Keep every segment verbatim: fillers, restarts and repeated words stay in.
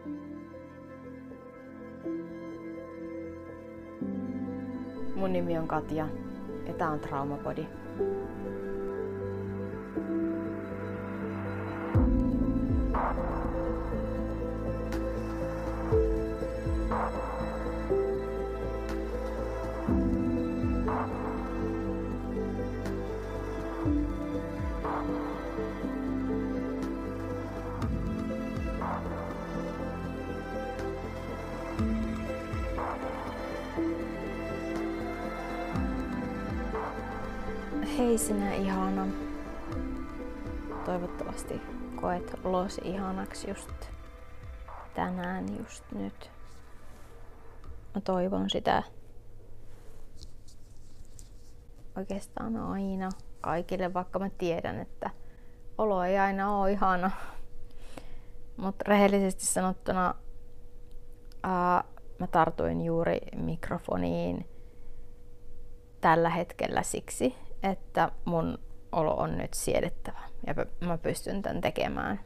Mun nimi on Katja ja tää on Traumapodi. Hei sinä ihana. Toivottavasti koet olosi ihanaksi just tänään, just nyt. Mä toivon sitä oikeastaan aina kaikille, vaikka mä tiedän, että olo ei aina ole ihana. Mutta rehellisesti sanottuna ää, mä tartuin juuri mikrofoniin tällä hetkellä siksi, että mun olo on nyt siedettävä ja mä pystyn tän tekemään.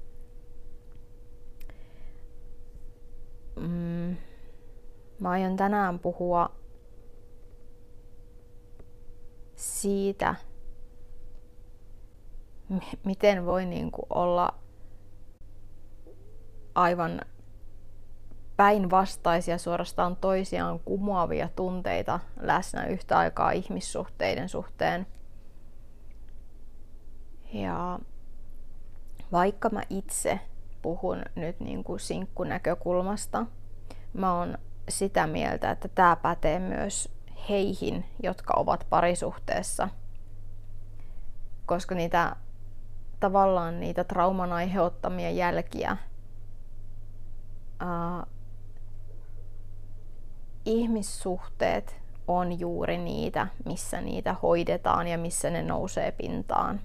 Mm, mä aion tänään puhua siitä, m- miten voi niinku olla aivan päinvastaisia, suorastaan toisiaan kumoavia tunteita läsnä yhtä aikaa ihmissuhteiden suhteen. Ja vaikka mä itse puhun nyt niin kuin sinkkunäkökulmasta, mä oon sitä mieltä, että tää pätee myös heihin, jotka ovat parisuhteessa. Koska niitä tavallaan niitä trauman aiheuttamia jälkiä ää, ihmissuhteet on juuri niitä, missä niitä hoidetaan ja missä ne nousee pintaan.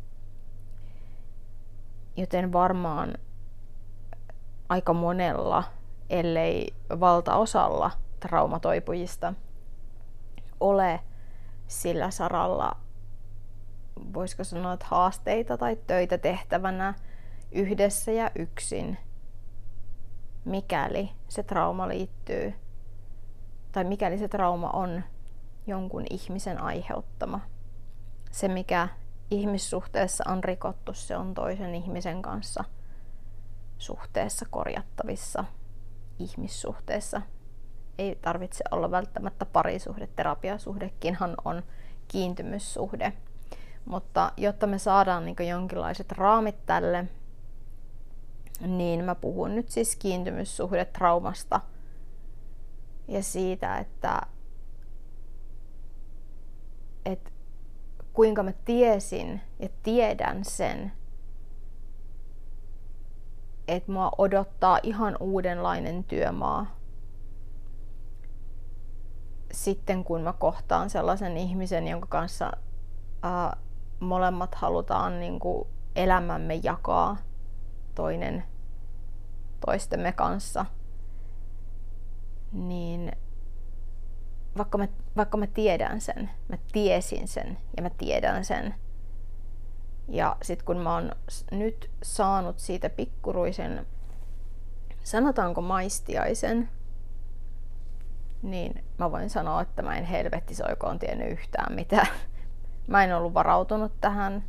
Joten varmaan aika monella, ellei valtaosalla traumatoipujista ole sillä saralla, voisiko sanoa, että haasteita tai töitä tehtävänä yhdessä ja yksin, mikäli se trauma liittyy tai mikäli se trauma on jonkun ihmisen aiheuttama. Se, mikä ihmissuhteessa on rikottu, se on toisen ihmisen kanssa suhteessa korjattavissa. Ihmissuhteessa ei tarvitse olla välttämättä parisuhde, terapiasuhdekinhan on kiintymyssuhde. Mutta jotta me saadaan niin kuin jonkinlaiset raamit tälle, niin mä puhun nyt siis kiintymyssuhdetraumasta ja siitä, että, että kuinka mä tiesin ja tiedän sen, että mua odottaa ihan uudenlainen työmaa sitten, kun mä kohtaan sellaisen ihmisen, jonka kanssa ää, molemmat halutaan niin kuin elämämme jakaa toinen toistemme kanssa. Niin vaikka mä, vaikka mä tiedän sen, mä tiesin sen ja mä tiedän sen. Ja sit kun mä oon nyt saanut siitä pikkuruisen, sanotaanko maistiaisen, niin mä voin sanoa, että mä en helvettisoikoon tiennyt yhtään mitään. Mä en ollut varautunut tähän.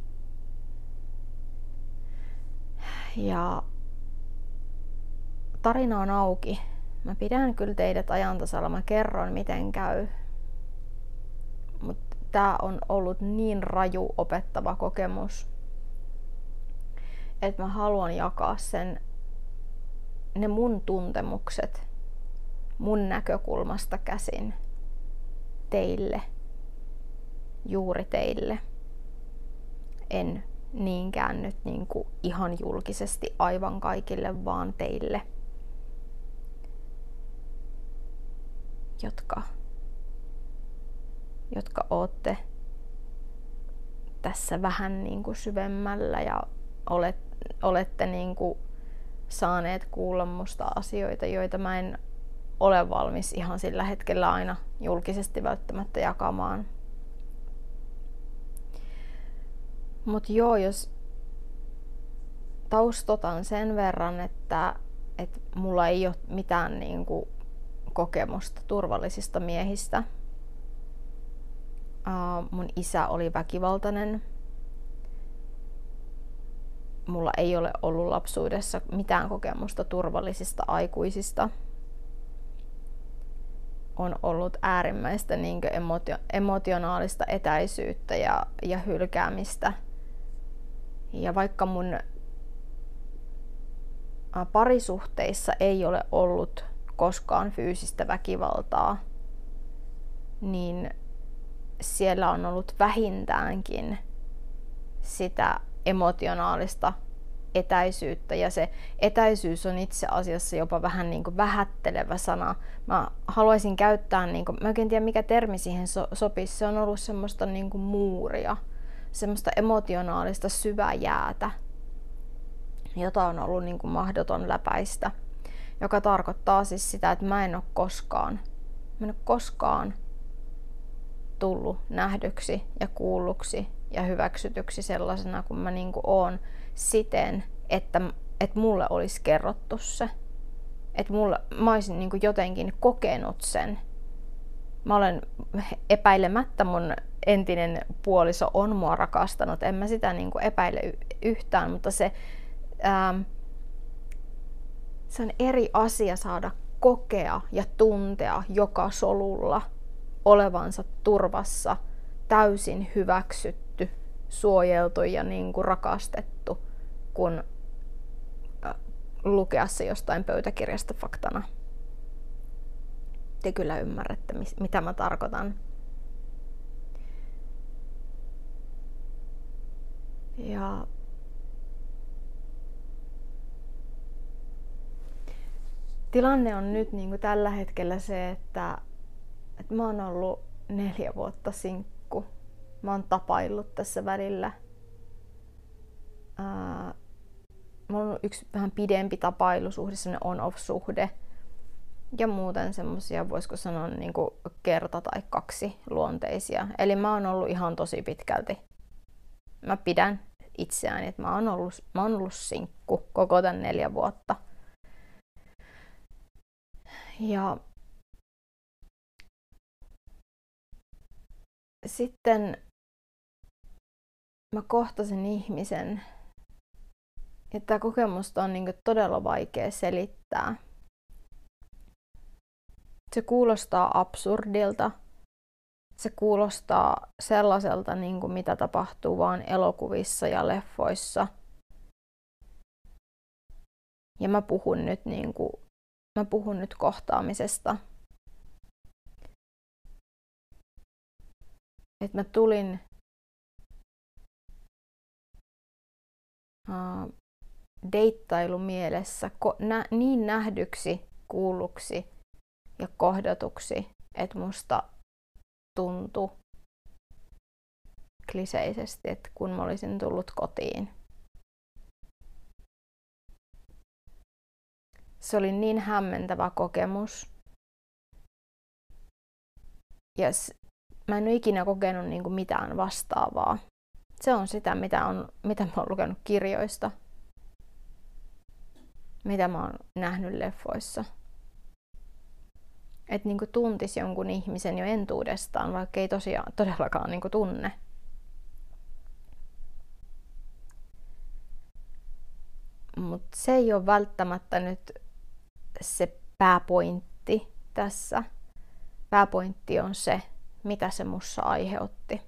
Ja tarina on auki. Mä pidän kyllä teidät ajan tasalla, mä kerron miten käy. Mutta tää on ollut niin raju opettava kokemus, että mä haluan jakaa sen, ne mun tuntemukset mun näkökulmasta käsin teille, juuri teille. En niinkään nyt niin kuin ihan julkisesti aivan kaikille, vaan teille, jotka, jotka ootte tässä vähän niin kuin syvemmällä ja olet, olette niin kuin saaneet kuulla musta asioita, joita mä en ole valmis ihan sillä hetkellä aina julkisesti välttämättä jakamaan. Mut joo, jos taustotan sen verran, että että mulla ei ole mitään niin kuin kokemusta turvallisista miehistä. Uh, mun isä oli väkivaltainen. Mulla ei ole ollut lapsuudessa mitään kokemusta turvallisista aikuisista. On ollut äärimmäistä niin kuin emotio- emotionaalista etäisyyttä ja, ja hylkäämistä. Ja vaikka mun parisuhteissa ei ole ollut koskaan fyysistä väkivaltaa, niin siellä on ollut vähintäänkin sitä emotionaalista etäisyyttä, ja se etäisyys on itse asiassa jopa vähän niin kuin vähättelevä sana. Mä haluaisin käyttää, niin kuin, mä en tiedä mikä termi siihen so- sopisi, se on ollut semmoista niin kuin muuria, semmoista emotionaalista syväjäätä, jota on ollut niin kuin mahdoton läpäistä, joka tarkoittaa siis sitä, että mä en ole koskaan, mä en ole koskaan tullut nähdyksi ja kuulluksi ja hyväksytyksi sellaisena kuin mä niin kuin oon siten, että, että mulle olisi kerrottu se. Että mulle, mä olisin niin kuin jotenkin kokenut sen. Mä olen epäilemättä, mun entinen puoliso on mua rakastanut, en mä sitä niin kuin epäile yhtään, mutta se, ää, se on eri asia saada kokea ja tuntea joka solulla olevansa turvassa, täysin hyväksytty, suojeltu ja niin kuin rakastettu, kun lukea se jostain pöytäkirjasta faktana. Te kyllä ymmärrätte, mitä mä tarkoitan. Ja tilanne on nyt niin kuin tällä hetkellä se, että, että mä oon ollut neljä vuotta sinkku. Mä oon tapaillut tässä välillä. Ää, mulla on yksi vähän pidempi tapailusuhde, semmoinen on-off-suhde. Ja muuten semmosia, voisiko sanoa, niin kuin kerta- tai kaksi luonteisia. Eli mä oon ollut ihan tosi pitkälti. Mä pidän itseäni, että mä oon ollut, mä oon ollut sinkku koko tämän neljä vuotta. Ja sitten mä kohtasin ihmisen, ja tämä kokemusta on niin kuin todella vaikea selittää. Se kuulostaa absurdilta. Se kuulostaa sellaiselta, niin kuin mitä tapahtuu vaan elokuvissa ja leffoissa. Ja mä puhun nyt, niin kuin, mä puhun nyt kohtaamisesta. Että mä tulin uh, deittailumielessä ko- nä- niin nähdyksi, kuulluksi ja kohdatuksi, että musta tuntui kliseisesti, että kun mä olisin tullut kotiin. Se oli niin hämmentävä kokemus. Ja mä en ole ikinä kokenut niinku mitään vastaavaa. Se on sitä, mitä, on, mitä mä oon lukenut kirjoista. Mitä mä oon nähnyt leffoissa. Että niinku tuntisi jonkun ihmisen jo entuudestaan, vaikka ei tosiaan todellakaan niinku tunne. Mutta se ei ole välttämättä nyt se pääpointti tässä. Pääpointti on se, mitä se mussa aiheutti.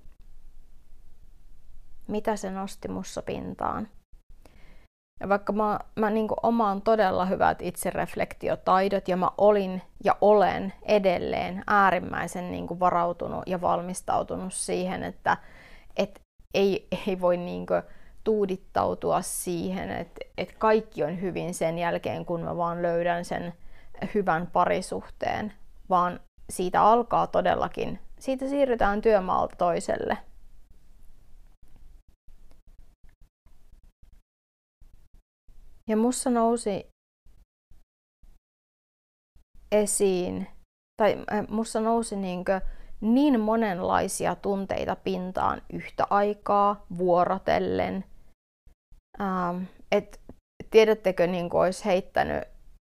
Mitä se nosti mussa pintaan. Ja vaikka mä, mä niin kuin omaan todella hyvät itsereflektiotaidot ja mä olin ja olen edelleen äärimmäisen niin kuin varautunut ja valmistautunut siihen, että et ei, ei voi niin kuin tuudittautua siihen, että, että kaikki on hyvin sen jälkeen, kun mä vaan löydän sen hyvän parisuhteen, vaan siitä alkaa todellakin, siitä siirrytään työmaalta toiselle. Ja mussa nousi esiin, tai mussa nousi niinkö niin monenlaisia tunteita pintaan yhtä aikaa, vuorotellen. Ähm, et tiedättekö, niin kuin olisi heittänyt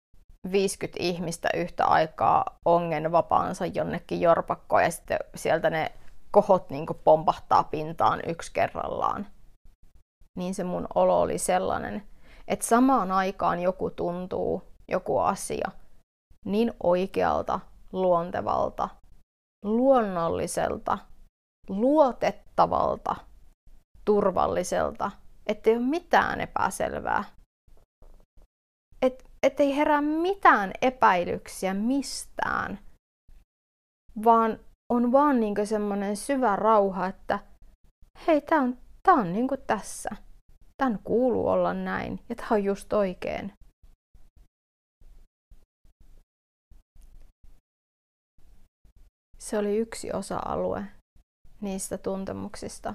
viisikymmentä ihmistä yhtä aikaa ongen vapaansa jonnekin jorpakkoon ja sitten sieltä ne kohot niin kuin pompahtaa pintaan yksi kerrallaan. Niin se mun olo oli sellainen, että samaan aikaan joku tuntuu, joku asia, niin oikealta, luontevalta, luonnolliselta, luotettavalta, turvalliselta, ettei ole mitään epäselvää. Et, ettei herää mitään epäilyksiä mistään, vaan on vaan niinku semmoinen syvä rauha, että hei, tää on, tää on niinku tässä. Tän kuuluu olla näin ja tää on just oikein. Se oli yksi osa-alue niistä tuntemuksista.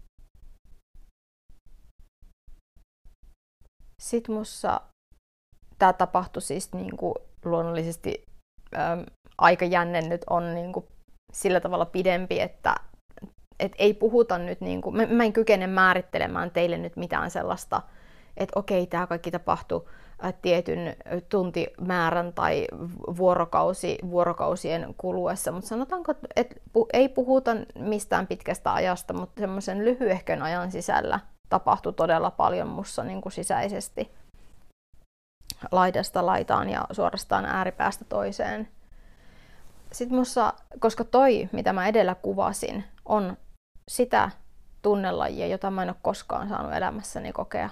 Sitten mussa tämä tapahtui siis niinku luonnollisesti äm, aikajänne nyt on niinku sillä tavalla pidempi, että et ei puhuta nyt, niinku, mä, mä en kykene määrittelemään teille nyt mitään sellaista, että okei, tämä kaikki tapahtui ä, tietyn tuntimäärän tai vuorokausi, vuorokausien kuluessa, mutta sanotaanko, että pu, ei puhuta mistään pitkästä ajasta, mutta semmoisen lyhyehkön ajan sisällä tapahtui todella paljon mussa niinku sisäisesti laidasta laitaan ja suorastaan ääripäästä toiseen. Sitten mussa, koska toi, mitä mä edellä kuvasin, on sitä tunnelajia, jota mä en ole koskaan saanut elämässäni kokea.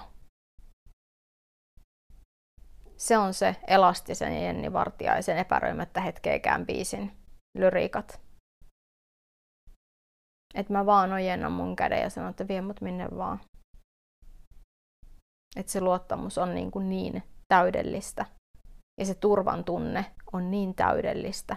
Se on se Elastisen ja Jenni Vartiaisen Epäröimättä hetkeäkään biisin lyriikat. Että mä vaan ojennan mun käden ja sanon, että vie mut minne vaan. Että se luottamus on niin, kuin niin täydellistä. Ja se turvan tunne on niin täydellistä.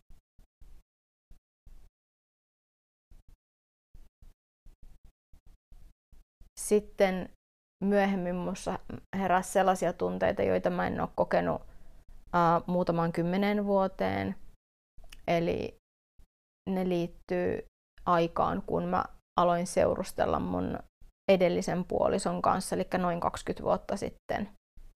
Sitten myöhemmin minussa heräsi sellaisia tunteita, joita mä en ole kokenut uh, muutamaan kymmeneen vuoteen. Eli ne liittyy aikaan, kun mä aloin seurustella mun edellisen puolison kanssa, eli noin kaksikymmentä vuotta sitten.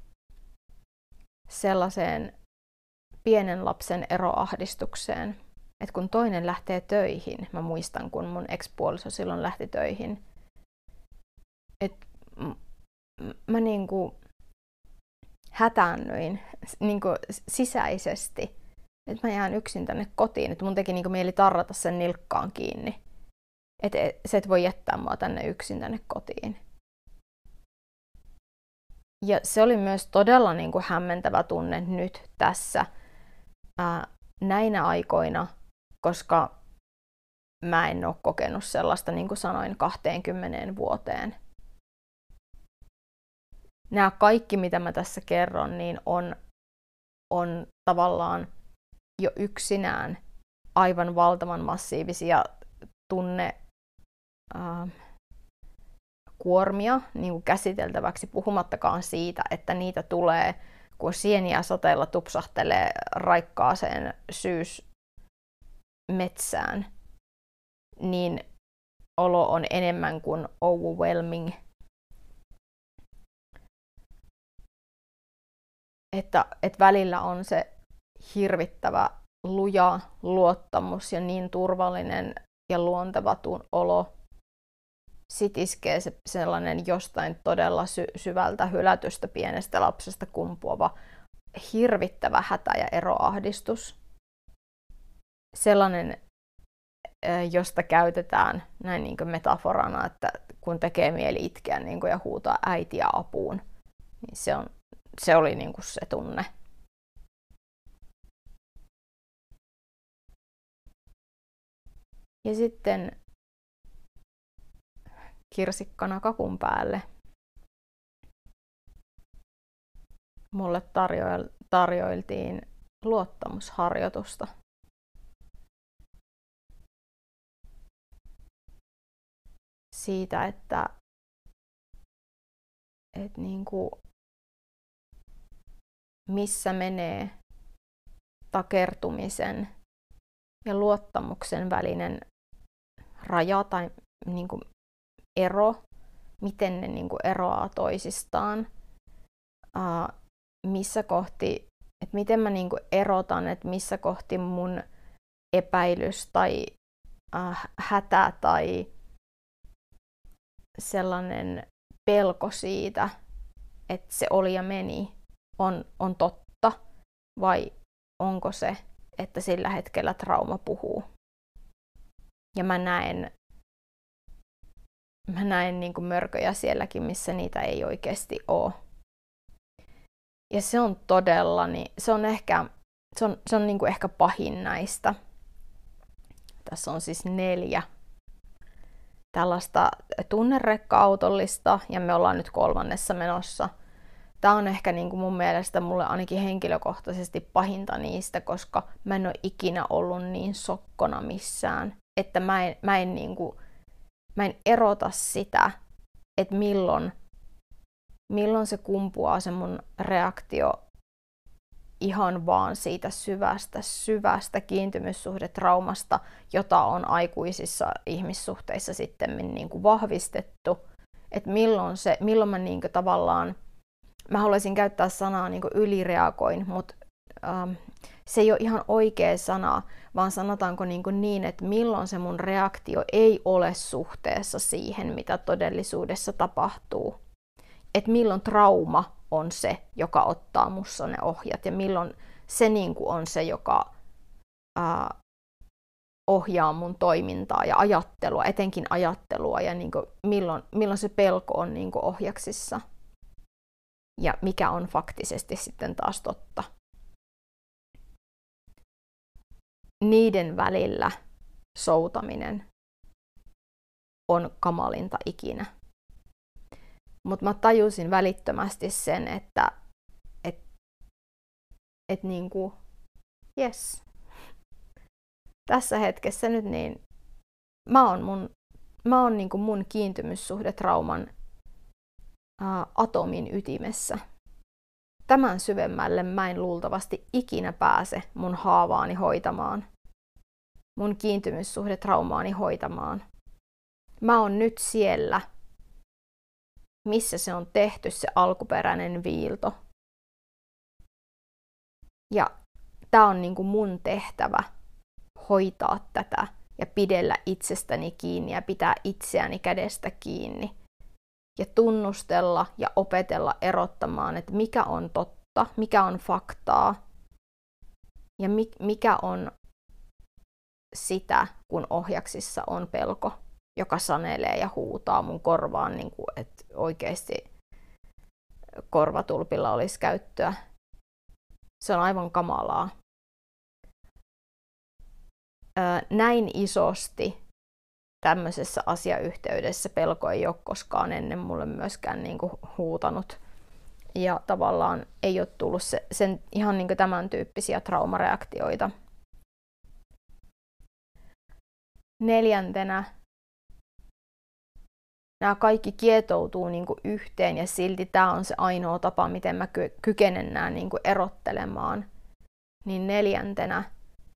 Sellaiseen pienen lapsen eroahdistukseen, että kun toinen lähtee töihin, mä muistan, kun mun ex-puoliso silloin lähti töihin, että mä niinku hätäännyin niinku sisäisesti, että mä jään yksin tänne kotiin, että mun teki niinku mieli tarrata sen nilkkaan kiinni, että sä et voi jättää mua tänne yksin tänne kotiin. Ja se oli myös todella niinku hämmentävä tunne nyt tässä ää, näinä aikoina, koska mä en ole kokenut sellaista, niin kuin sanoin, kaksikymmentä vuoteen. Nämä kaikki, mitä mä tässä kerron, niin on, on tavallaan jo yksinään aivan valtavan massiivisia tunne äh, kuormia niin kuin käsiteltäväksi, puhumattakaan siitä, että niitä tulee, kun sieniä sateella tupsahtelee raikkaaseen syysmetsään, niin olo on enemmän kuin overwhelming. Että, että välillä on se hirvittävä luja luottamus ja niin turvallinen ja luonteva olo. Sitten iskee se sellainen jostain todella sy- syvältä hylätystä pienestä lapsesta kumpuava hirvittävä hätä ja eroahdistus. Sellainen, josta käytetään näin niin kuin metaforana, että kun tekee mieli itkeä niin kuin ja huutaa äitiä apuun, niin se, on, se oli niin kuin se tunne. Ja sitten kirsikkana kakun päälle mulle tarjoiltiin luottamusharjoitusta. Siitä, että, että niin kuin, missä menee takertumisen ja luottamuksen välinen raja tai niin kuin ero, miten ne niin kuin eroaa toisistaan, uh, missä kohti että miten mä niin kuin erotan, että missä kohti mun epäilys tai äh, hätä tai sellainen pelko siitä, että se oli ja meni, on, on totta, vai onko se, että sillä hetkellä trauma puhuu. Ja mä näen, mä näen niin kuin mörköjä sielläkin, missä niitä ei oikeasti ole. Ja se on todella, niin se on ehkä, se on, se on niin kuin ehkä pahin näistä. Tässä on siis neljä tällaista tunnerekka-autollista, ja me ollaan nyt kolmannessa menossa. Tämä on ehkä niin kuin mun mielestä mulle ainakin henkilökohtaisesti pahinta niistä, koska mä en ole ikinä ollut niin sokkona missään, että mä en, mä en, niin kuin, mä en erota sitä, että milloin, milloin se kumpuaa se mun reaktio ihan vaan siitä syvästä, syvästä kiintymyssuhdetraumasta, jota on aikuisissa ihmissuhteissa sitten niin kuin vahvistettu. Että milloin, se, milloin mä niin kuin tavallaan, mä haluaisin käyttää sanaa niin kuin ylireagoin, mutta ähm, se ei ole ihan oikea sana, vaan sanotaanko niin, kuin niin, että milloin se mun reaktio ei ole suhteessa siihen, mitä todellisuudessa tapahtuu. Että milloin trauma on se, joka ottaa musta ne ohjat, ja milloin se niin kuin on se, joka ää, ohjaa mun toimintaa ja ajattelua, etenkin ajattelua, ja niin kuin milloin, milloin se pelko on niin kuin ohjaksissa, ja mikä on faktisesti sitten taas totta. Niiden välillä soutaminen on kamalinta ikinä. Mutta mä tajusin välittömästi sen, että et, et niinku, yes, tässä hetkessä nyt niin, mä oon mun, mä oon niinku mun kiintymyssuhdetrauman ää, atomin ytimessä. Tämän syvemmälle mä en luultavasti ikinä pääse mun haavaani hoitamaan, mun kiintymyssuhdetraumaani hoitamaan. Mä oon nyt siellä, missä se on tehty, se alkuperäinen viilto. Ja tää on niinku mun tehtävä hoitaa tätä ja pidellä itsestäni kiinni ja pitää itseäni kädestä kiinni. Ja tunnustella ja opetella erottamaan, että mikä on totta, mikä on faktaa ja mikä on sitä, kun ohjaksissa on pelko, joka sanelee ja huutaa mun korvaan, niin kuin, että oikeasti korvatulpilla olisi käyttöä. Se on aivan kamalaa. Näin isosti tämmöisessä asiayhteydessä pelko ei ole koskaan ennen mulle myöskään niin kuin huutanut. Ja tavallaan ei ole tullut se, sen ihan niin kuin tämän tyyppisiä traumareaktioita. Neljäntenä nämä kaikki kietoutuu niin kuin yhteen ja silti tämä on se ainoa tapa, miten mä ky- kykenen nämä niin kuin erottelemaan. Niin neljäntenä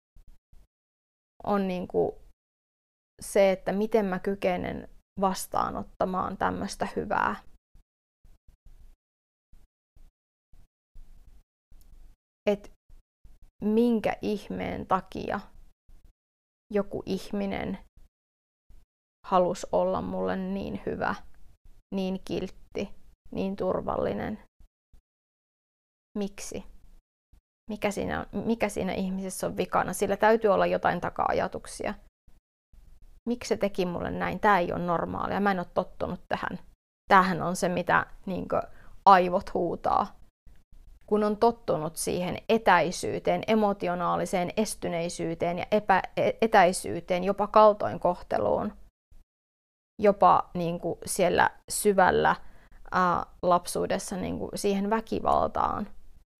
on niin kuin se, että miten mä kykenen vastaanottamaan tämmöistä hyvää. Et minkä ihmeen takia joku ihminen halusi olla mulle niin hyvä, niin kiltti, niin turvallinen. Miksi? Mikä siinä, mikä siinä ihmisessä on vikana? Sillä täytyy olla jotain taka-ajatuksia. Miksi se teki mulle näin? Tämä ei ole normaalia. Mä en ole tottunut tähän. Tämähän on se, mitä niin kuin, aivot huutaa. Kun on tottunut siihen etäisyyteen, emotionaaliseen estyneisyyteen ja epä, etäisyyteen, jopa kaltoinkohteluun, jopa niin kuin, siellä syvällä ää, lapsuudessa niin kuin, siihen väkivaltaan,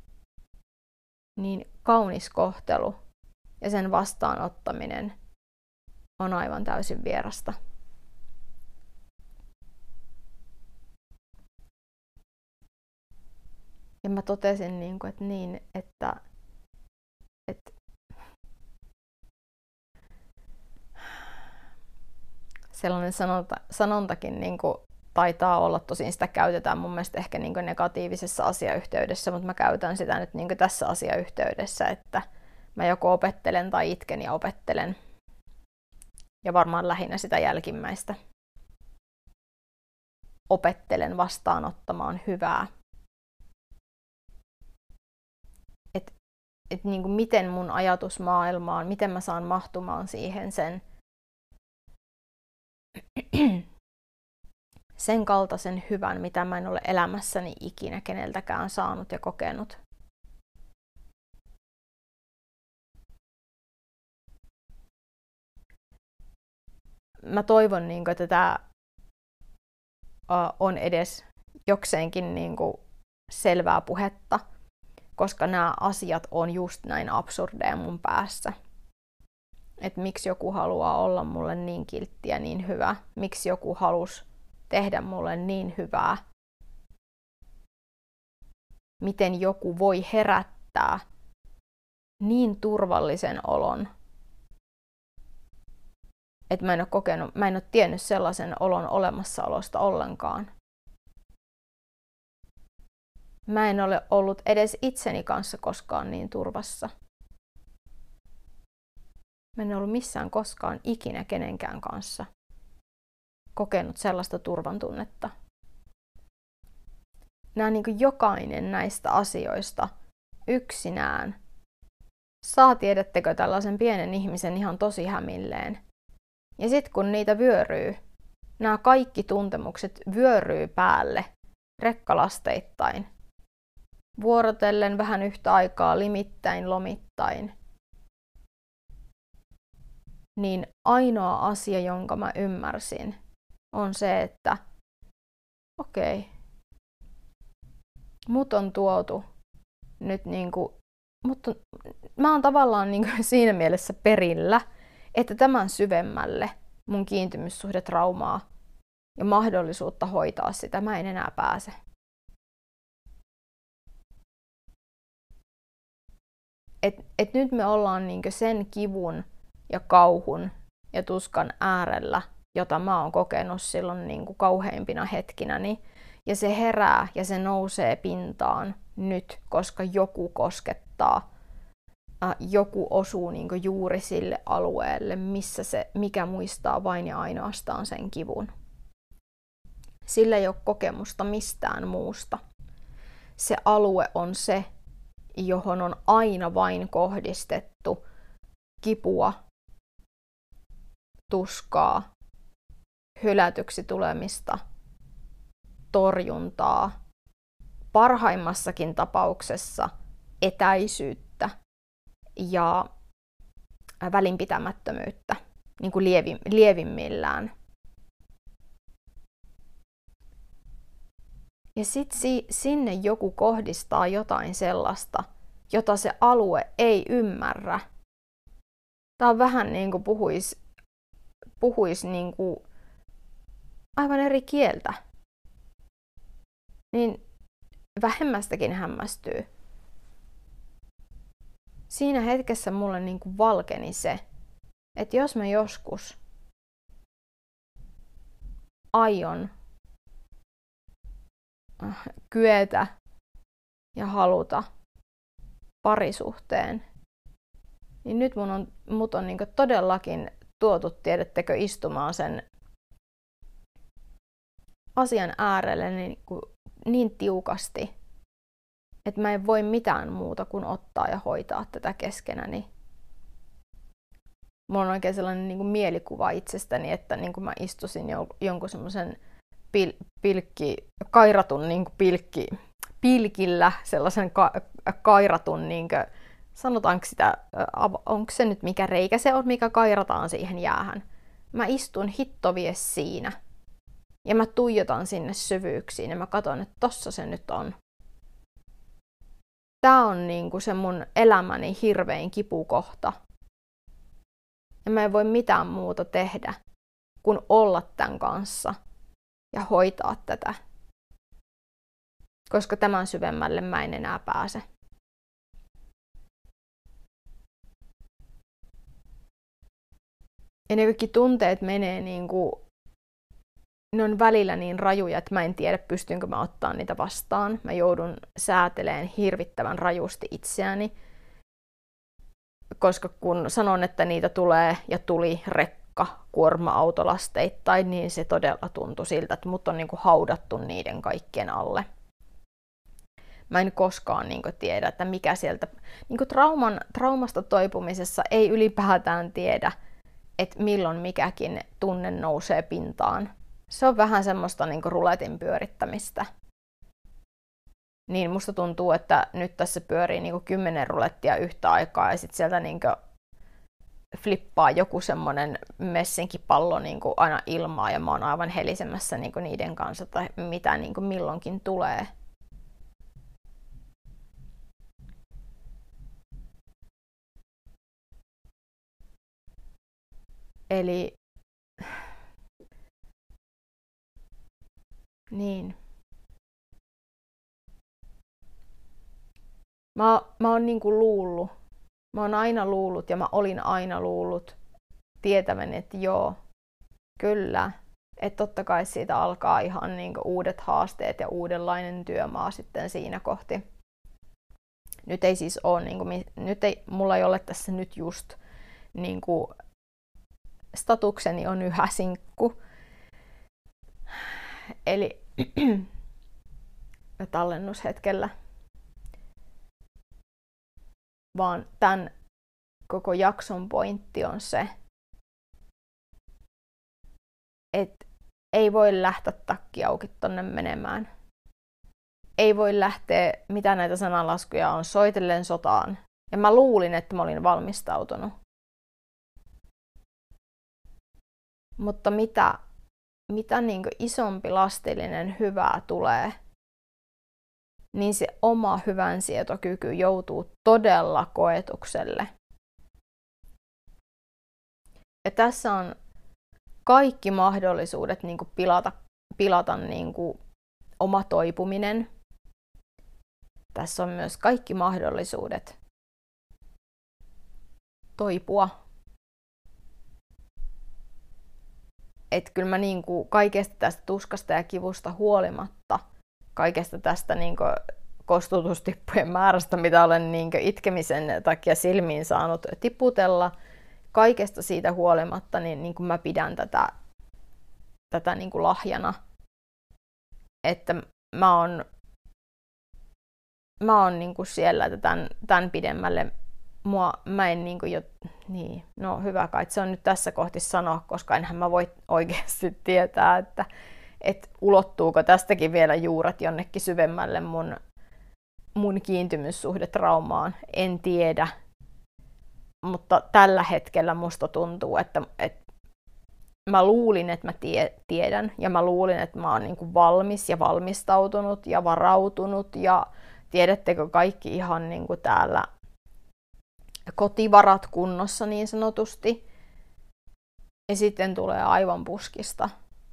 niin kaunis kohtelu ja sen vastaanottaminen on aivan täysin vierasta. Ja mä totesin, niin kuin, että, niin, että, että sellainen sanonta, sanontakin niin kuin taitaa olla, tosin sitä käytetään mun mielestä ehkä niin negatiivisessa asiayhteydessä, mutta mä käytän sitä nyt niin tässä asiayhteydessä, että mä joko opettelen tai itken ja opettelen. Ja varmaan lähinnä sitä jälkimmäistä. Opettelen vastaanottamaan hyvää. Et, et niin kuin miten mun ajatusmaailmaan, miten mä saan mahtumaan siihen sen, sen kaltaisen hyvän, mitä mä en ole elämässäni ikinä keneltäkään saanut ja kokenut. Mä toivon, niin kuin, että tämä on edes jokseenkin niin kuin selvää puhetta, koska nämä asiat on just näin absurdeja mun päässä. Että miksi joku haluaa olla mulle niin kiltti ja niin hyvä, miksi joku halusi tehdä mulle niin hyvää, miten joku voi herättää niin turvallisen olon, että mä en ole kokenut, mä en ole tiennyt sellaisen olon olemassaolosta ollenkaan. Mä en ole ollut edes itseni kanssa koskaan niin turvassa. Mä en ollut missään koskaan ikinä kenenkään kanssa kokenut sellaista turvan tunnetta. Nämä niin kuin jokainen näistä asioista yksinään saa, tiedättekö, tällaisen pienen ihmisen ihan tosi hämilleen. Ja sitten kun niitä vyöryy, nämä kaikki tuntemukset vyöryy päälle rekkalasteittain, vuorotellen vähän yhtä aikaa, limittäin, lomittain, niin ainoa asia, jonka mä ymmärsin, on se, että okei, okay, mut on tuotu nyt niinku, mut on, mä oon tavallaan niinku siinä mielessä perillä, että tämän syvemmälle mun kiintymyssuhdetraumaa ja mahdollisuutta hoitaa sitä mä en enää pääse. Et, et nyt me ollaan niinku sen kivun ja kauhun ja tuskan äärellä, jota mä oon kokenut silloin niinku kauheimpina hetkinäni. Ja se herää ja se nousee pintaan nyt, koska joku koskettaa. Äh, joku osuu niinku juuri sille alueelle, missä se, mikä muistaa vain ja ainoastaan sen kivun. Sillä ei ole kokemusta mistään muusta. Se alue on se, johon on aina vain kohdistettu kipua, tuskaa, hylätyksi tulemista, torjuntaa, parhaimmassakin tapauksessa etäisyyttä ja välinpitämättömyyttä, niin kuin lievi, lievimmillään. Ja sitten si, sinne joku kohdistaa jotain sellaista, jota se alue ei ymmärrä. Tämä on vähän niin kuin puhuisi puhuis niin kuin aivan eri kieltä. Niin vähemmästäkin hämmästyy. Siinä hetkessä mulle niin kuin valkeni se, että jos mä joskus aion kyetä ja haluta parisuhteen, niin nyt mun on, mut on niin kuin todellakin tuotu, tiedättekö, istumaan sen asian äärelle niin, kuin, niin tiukasti, että mä en voi mitään muuta kuin ottaa ja hoitaa tätä keskenäni. Mulla on oikein sellainen niin kuin mielikuva itsestäni, että niin kuin mä istusin jo, jonkun semmoisen pil, pilkki, kairatun niin kuin pilkki, pilkillä, sellaisen ka, kairatun, niin kuin, sanotaanko sitä, onko se nyt mikä reikä se on, mikä kairataan siihen jäähän. Mä istun hittovies siinä ja mä tuijotan sinne syvyyksiin ja mä katson, että tossa se nyt on. Tää on niinku se mun elämäni hirvein kipukohta. Ja mä en voi mitään muuta tehdä kuin olla tämän kanssa ja hoitaa tätä. Koska tämän syvemmälle mä en enää pääse. Ja ne kaikki tunteet menee niinku ne on välillä niin rajuja, että mä en tiedä, pystynkö mä ottaa niitä vastaan. Mä joudun sääteleen hirvittävän rajusti itseäni, koska kun sanon, että niitä tulee ja tuli rekka kuorma-autolasteittain, niin se todella tuntui siltä, että mut on niinku haudattu niiden kaikkien alle. Mä en koskaan niinku tiedä, että mikä sieltä... Niinku trauman, traumasta toipumisessa ei ylipäätään tiedä, että milloin mikäkin tunne nousee pintaan. Se on vähän semmoista niinku ruletin pyörittämistä. Niin musta tuntuu, että nyt tässä pyörii niinku kymmenen rulettia yhtä aikaa ja sit sieltä niinku flippaa joku semmonen messinkipallo niinku aina ilmaa ja mä oon aivan helisemässä niinku niiden kanssa, tai mitä niinku milloinkin tulee. Eli niin. Mä, mä oon niinku luullut. Mä oon aina luullut ja mä olin aina luullut tietävän, että joo, kyllä. Että totta kai siitä alkaa ihan niinku uudet haasteet ja uudenlainen työmaa sitten siinä kohti. Nyt ei siis ole, niinku, nyt ei, mulla ei ole tässä nyt just niinku, statukseni on yhä sinkku. Eli tallennushetkellä. Vaan tämän koko jakson pointti on se, että ei voi lähteä takki auki tonne menemään. Ei voi lähteä, mitä näitä sananlaskuja on, soitellen sotaan. Ja mä luulin, että mä olin valmistautunut. Mutta mitä, mitä niin kuin isompi lastillinen hyvää tulee, niin se oma hyvänsietokyky joutuu todella koetukselle. Ja tässä on kaikki mahdollisuudet niin kuin pilata, pilata niin kuin oma toipuminen. Tässä on myös kaikki mahdollisuudet toipua. Että kyllä mä niin kuin kaikesta tästä tuskasta ja kivusta huolimatta, kaikesta tästä niin kuin kostutustippujen määrästä, mitä olen niin kuin itkemisen takia silmiin saanut tiputella, kaikesta siitä huolimatta, niin, niin kuin mä pidän tätä, tätä niin kuin lahjana. Että mä oon, mä oon niin kuin siellä, että tämän, tämän pidemmälle mua, mä en niin kuin jo, niin, no hyvä kai, että se on nyt tässä kohti sanoa, koska enhän mä voi oikeasti tietää, että et ulottuuko tästäkin vielä juuret jonnekin syvemmälle mun, mun kiintymyssuhdetraumaan, en tiedä. Mutta tällä hetkellä musta tuntuu, että, että mä luulin, että mä tie, tiedän, ja mä luulin, että mä oon niin kuin valmis ja valmistautunut ja varautunut, ja tiedättekö kaikki ihan niin kuin täällä kotivarat kunnossa niin sanotusti. Ja sitten tulee aivan puskista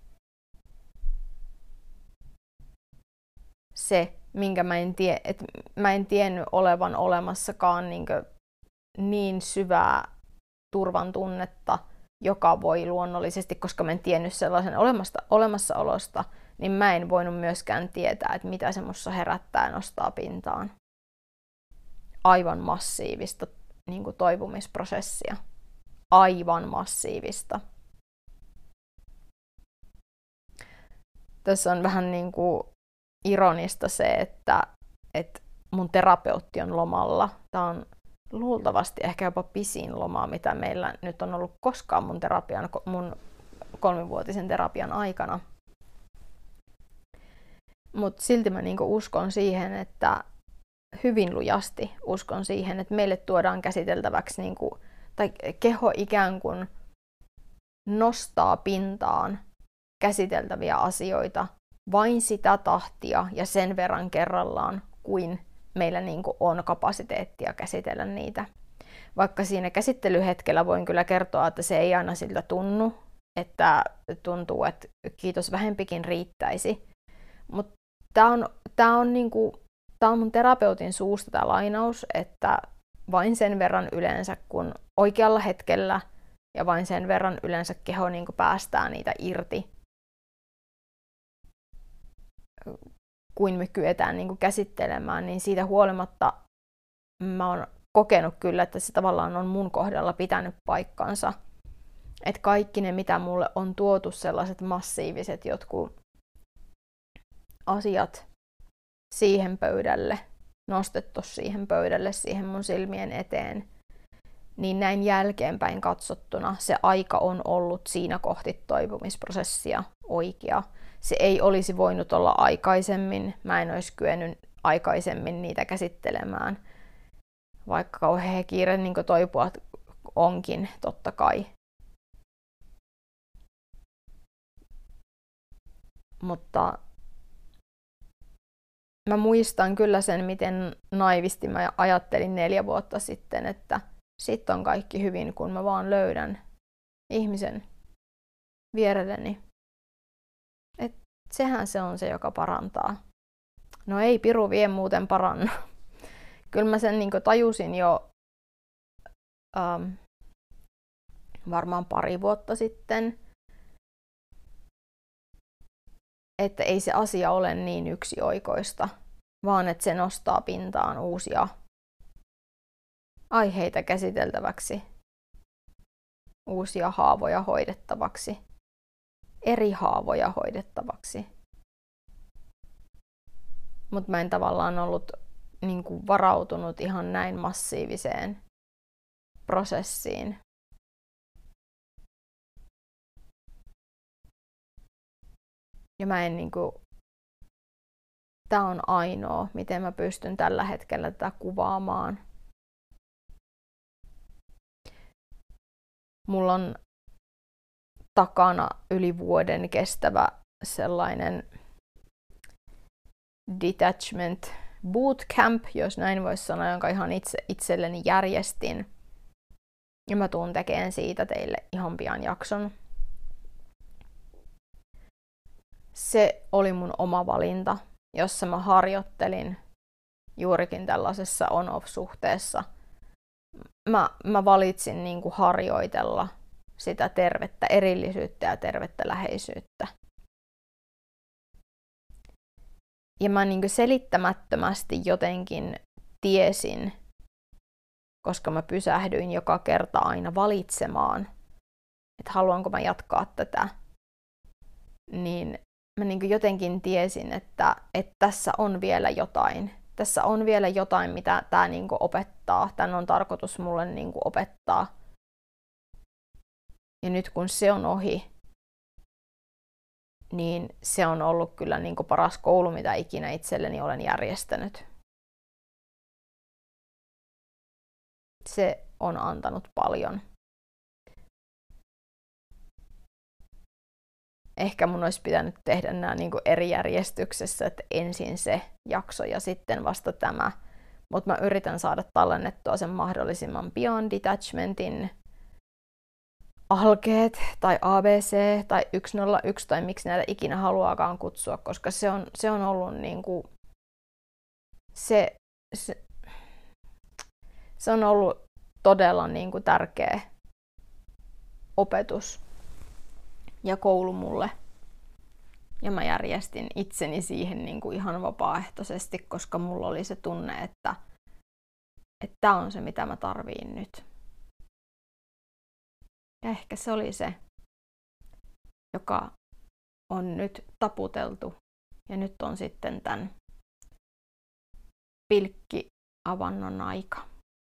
se, minkä mä en, tie, et mä en tiennyt olevan olemassakaan niin, niin syvää turvan tunnetta, joka voi luonnollisesti, koska mä en tiennyt sellaisen olemasta, olemassaolosta, niin mä en voinut myöskään tietää, että mitä se musta herättää ja nostaa pintaan. Aivan massiivista niin kuin toipumisprosessia. Aivan massiivista. Tässä on vähän niin kuin ironista se, että, että mun terapeutti on lomalla. Tämä on luultavasti ehkä jopa pisin loma, mitä meillä nyt on ollut koskaan mun, terapian, mun kolmivuotisen terapian aikana. Mutta silti mä niinku uskon siihen, että hyvin lujasti uskon siihen, että meille tuodaan käsiteltäväksi, niinku, tai keho ikään kuin nostaa pintaan käsiteltäviä asioita vain sitä tahtia ja sen verran kerrallaan, kuin meillä niinku on kapasiteettia käsitellä niitä. Vaikka siinä käsittelyhetkellä voin kyllä kertoa, että se ei aina siltä tunnu, että tuntuu, että kiitos vähempikin riittäisi. Mutta tämä on, tää on, niinku, tää on mun terapeutin suusta tämä lainaus, että vain sen verran yleensä, kun oikealla hetkellä ja vain sen verran yleensä keho niinku päästää niitä irti, kuin me kyetään niin kuin käsittelemään, niin siitä huolimatta mä oon kokenut kyllä, että se tavallaan on mun kohdalla pitänyt paikkansa. Että kaikki ne, mitä mulle on tuotu, sellaiset massiiviset jotkut asiat siihen pöydälle, nostettu siihen pöydälle, siihen mun silmien eteen, niin näin jälkeenpäin katsottuna se aika on ollut siinä kohti toipumisprosessia oikea. Se ei olisi voinut olla aikaisemmin, mä en olisi kyennyt aikaisemmin niitä käsittelemään, vaikka kauhean kiire niin kuin toipua onkin, totta kai. Mutta mä muistan kyllä sen, miten naivisti mä ajattelin neljä vuotta sitten, että sit on kaikki hyvin, kun mä vaan löydän ihmisen vierelleni. Et sehän se on se, joka parantaa. No ei piru vie muuten parannu. Kyllä mä sen niin kuin tajusin jo ähm, varmaan pari vuotta sitten, että ei se asia ole niin yksioikoista, vaan että se nostaa pintaan uusia aiheita käsiteltäväksi, uusia haavoja hoidettavaksi, eri haavoja hoidettavaksi. Mutta mä en tavallaan ollut niin kuin varautunut ihan näin massiiviseen prosessiin. Ja mä en niinku, tää on ainoa, miten mä pystyn tällä hetkellä tätä kuvaamaan. Mulla on takana yli vuoden kestävä sellainen detachment bootcamp, jos näin voisi sanoa, jonka ihan itse, itselleni järjestin. Ja mä tuun tekemään siitä teille ihan pian jakson. Se oli mun oma valinta, jossa mä harjoittelin juurikin tällaisessa on-off-suhteessa. Mä, mä valitsin niin kuin harjoitella sitä tervettä erillisyyttä ja tervettä läheisyyttä. Ja mä niin kuin selittämättömästi jotenkin tiesin, koska mä pysähdyin joka kerta aina valitsemaan, että haluanko mä jatkaa tätä, niin mä niin kuin jotenkin tiesin, että, että tässä on vielä jotain. Tässä on vielä jotain, mitä tämä niin kuin opettaa. Tän on tarkoitus mulle niin kuin opettaa. Ja nyt kun se on ohi, niin se on ollut kyllä niin kuin paras koulu, mitä ikinä itselleni olen järjestänyt. Se on antanut paljon. Ehkä mun olisi pitänyt tehdä nämä niin kuin eri järjestyksessä, että ensin se jakso ja sitten vasta tämä. Mutta mä yritän saada tallennettua sen mahdollisimman pian detachmentin alkeet tai A B C tai yksi nolla yksi tai miksi näitä ikinä haluaakaan kutsua, koska se on, se on ollut niin kuin se, se, se on ollut todella niin kuin tärkeä opetus ja koulu mulle. Ja mä järjestin itseni siihen niin kuin ihan vapaaehtoisesti, koska mulla oli se tunne, että että tää on se, mitä mä tarviin nyt. Ja ehkä se oli se, joka on nyt taputeltu. Ja nyt on sitten tämän pilkkiavannon aika.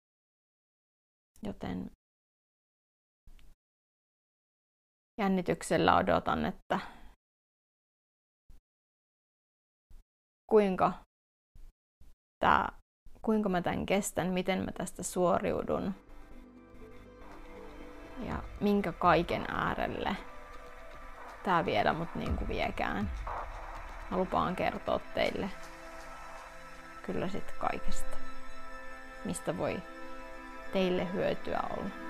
Joten jännityksellä odotan, että kuinka, tää, kuinka mä tämän kestän, miten mä tästä suoriudun ja minkä kaiken äärelle tää vielä mut niinku viekään. Mä lupaan kertoa teille kyllä sit kaikesta, mistä voi teille hyötyä olla.